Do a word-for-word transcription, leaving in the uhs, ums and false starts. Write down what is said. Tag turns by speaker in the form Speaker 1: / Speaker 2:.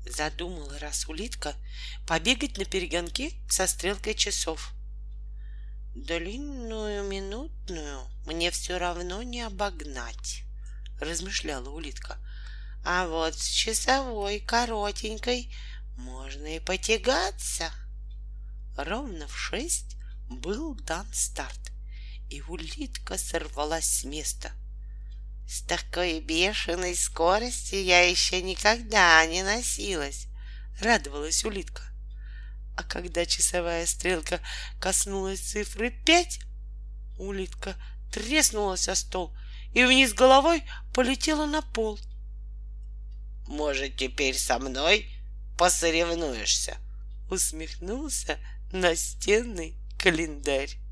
Speaker 1: Задумала раз улитка побегать на перегонки со стрелкой часов. Длинную минутную мне все равно не обогнать, размышляла улитка. А вот с часовой коротенькой можно и потягаться. Ровно в шесть был дан старт, и улитка сорвалась с места. С такой бешеной скоростью я еще никогда не носилась, радовалась улитка. А когда часовая стрелка коснулась цифры пять, улитка треснулась о стол и вниз головой полетела на пол. «Может, теперь со мной посоревнуешься?» — усмехнулся настенный календарь.